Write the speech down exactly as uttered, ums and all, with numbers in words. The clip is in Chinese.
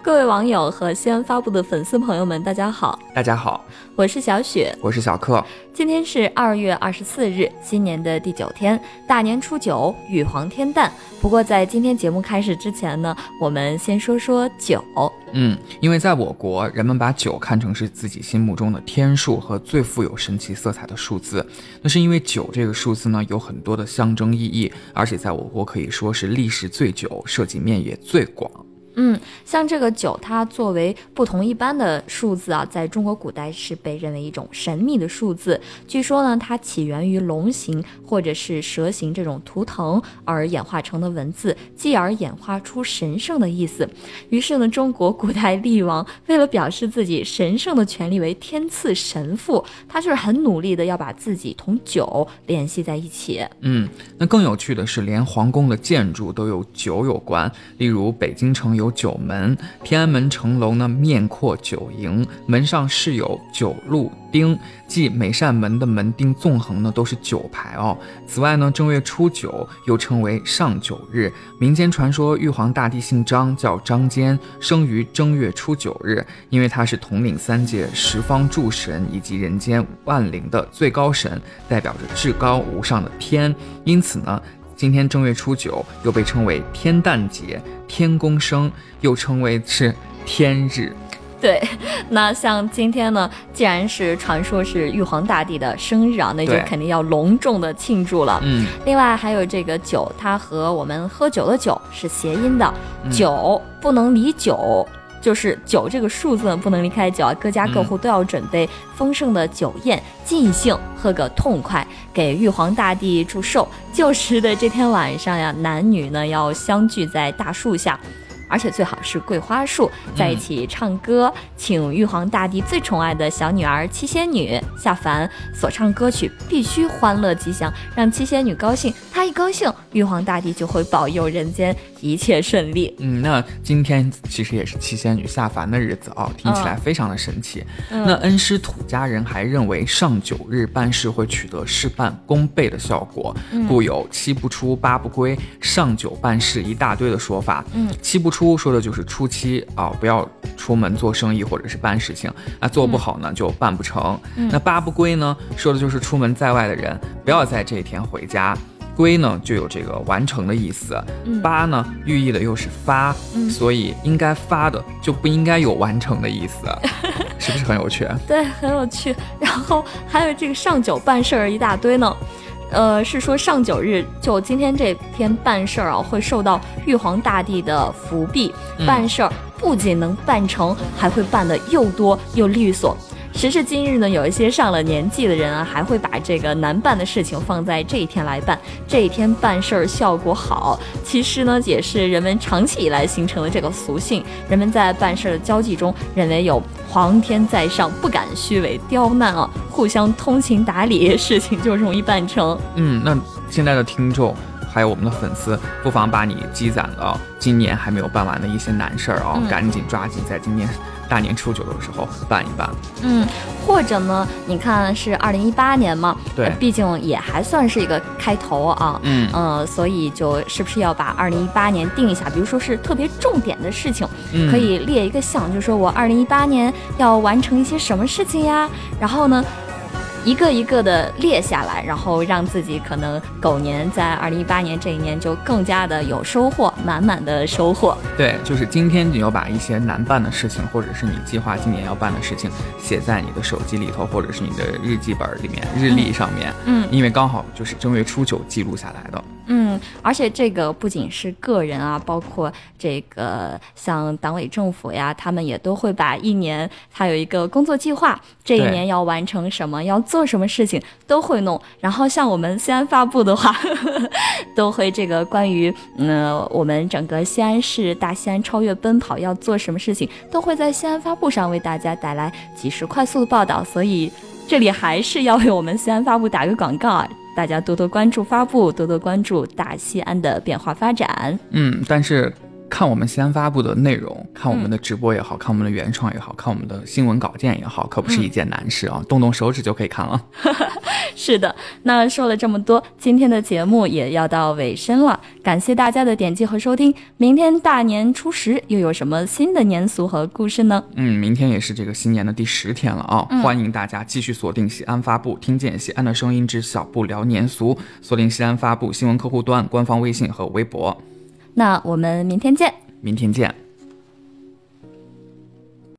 各位网友和西安发布的粉丝朋友们，大家好。 大家好， 我是小雪， 我是小克。 今天是二月二十四日，新年的第九天，大年初九，玉皇天诞。不过在今天节目开始之前呢，我们先说说九。 嗯，因为在我国，人们把九看成是自己心目中的天数和最富有神奇色彩的数字。那是因为九这个数字呢，有很多的象征意义，而且在我国可以说是历史最久，涉及面也最广。 嗯，像这个九，它作为不同一般的数字啊，在中国古代是被认为一种神秘的数字。据说呢，它起源于龙形或者是蛇形这种图腾而演化成的文字，继而演化出神圣的意思。于是呢，中国古代帝王为了表示自己神圣的权利为天赐神父，他就是很努力的要把自己同九联系在一起。 嗯，那更有趣的是，连皇宫的建筑都有九有关，例如北京城有九门，天安门城楼呢面阔九楹，门上饰有九路钉，即每扇门的门钉纵横呢都是九排哦。此外呢，正月初九又称为上九日。民间传说玉皇大帝姓张，叫张坚，生于正月初九日，因为他是统领三界十方诸神以及人间万灵的最高神，代表着至高无上的天。因此呢，今天正月初九又被称为天诞节、天公生，又称为是天日。 对，那像今天呢，既然是传说是玉皇大帝的生日啊，那就肯定要隆重的庆祝了。 嗯， 另外还有这个酒，它和我们喝酒的酒是谐音的，嗯、酒不能离酒。就是九这个数字呢，不能离开酒啊，各家各户都要准备丰盛的酒宴，尽兴喝个痛快，给玉皇大帝祝寿。旧时的这天晚上呀，男女呢要相聚在大树下，而且最好是桂花树，在一起唱歌、嗯、请玉皇大帝最宠爱的小女儿七仙女下凡，所唱歌曲必须欢乐吉祥，让七仙女高兴，她一高兴，玉皇大帝就会保佑人间一切顺利。 嗯，那今天其实也是七仙女下凡的日子哦，听起来非常的神奇。嗯、那恩施土家人还认为上九日办事会取得事半功倍的效果，嗯、故有七不出八不归，上九办事一大堆的说法。嗯，七不出说的就是初七啊、哦，不要出门做生意或者是办事情，那做不好呢、嗯、就办不成。嗯、那八不归呢，说的就是出门在外的人不要在这一天回家。归呢就有这个完成的意思，嗯、八呢寓意的又是发，嗯、所以应该发的就不应该有完成的意思，是不是很有趣？ 对，很有趣。然后还有这个上九办事儿一大堆呢。呃，是说上九日就今天这天办事儿啊，会受到玉皇大帝的福庇，嗯、办事儿不仅能办成，还会办得又多又利索。时至今日呢，有一些上了年纪的人啊，还会把这个难办的事情放在这一天来办，这一天办事儿效果好。其实呢，也是人们长期以来形成的这个俗性，人们在办事的交际中认为有皇天在上，不敢虚伪刁难啊，互相通情达理，事情就容易办成。 嗯，那现在的听众还有我们的粉丝，不妨把你积攒的今年还没有办完的一些难事儿啊，嗯、赶紧抓紧在今年大年初九的时候办一办。 嗯，或者呢，你看是二零一八年嘛， 对， 毕竟也还算是一个开头啊。嗯呃，所以就是不是要把二零一八年定一下，比如说是特别重点的事情，嗯、可以列一个项，就是说我二零一八年要完成一些什么事情呀，然后呢一个一个的列下来，然后让自己可能狗年在二零一八年这一年就更加的有收获，满满的收获。 对，就是今天你要把一些难办的事情，或者是你计划今年要办的事情写在你的手机里头，或者是你的日记本里面、日历上面。嗯，因为刚好就是正月初九记录下来的。 嗯，而且这个不仅是个人啊，包括这个像党委政府呀，他们也都会把一年它有一个工作计划，这一年要完成什么，要做什么事情都会弄。然后像我们西安发布的话呵呵都会这个关于嗯、呃、我们整个西安市大西安超越奔跑要做什么事情，都会在西安发布上为大家带来及时快速的报道。所以这里还是要为我们西安发布打个广告啊，大家多多关注发布，多多关注大西安的变化发展。 嗯，但是看我们西安发布的内容，看我们的直播也好，看我们的原创也好，看我们的新闻稿件也好，可不是一件难事啊，嗯、动动手指就可以看了。 是的，那说了这么多，今天的节目也要到尾声了，感谢大家的点击和收听。明天大年初十又有什么新的年俗和故事呢？ 嗯，明天也是这个新年的第十天了啊、嗯，欢迎大家继续锁定西安发布，听见西安的声音之小布聊年俗，锁定西安发布新闻客户端、官方微信和微博。 那我们明天见。 明天见。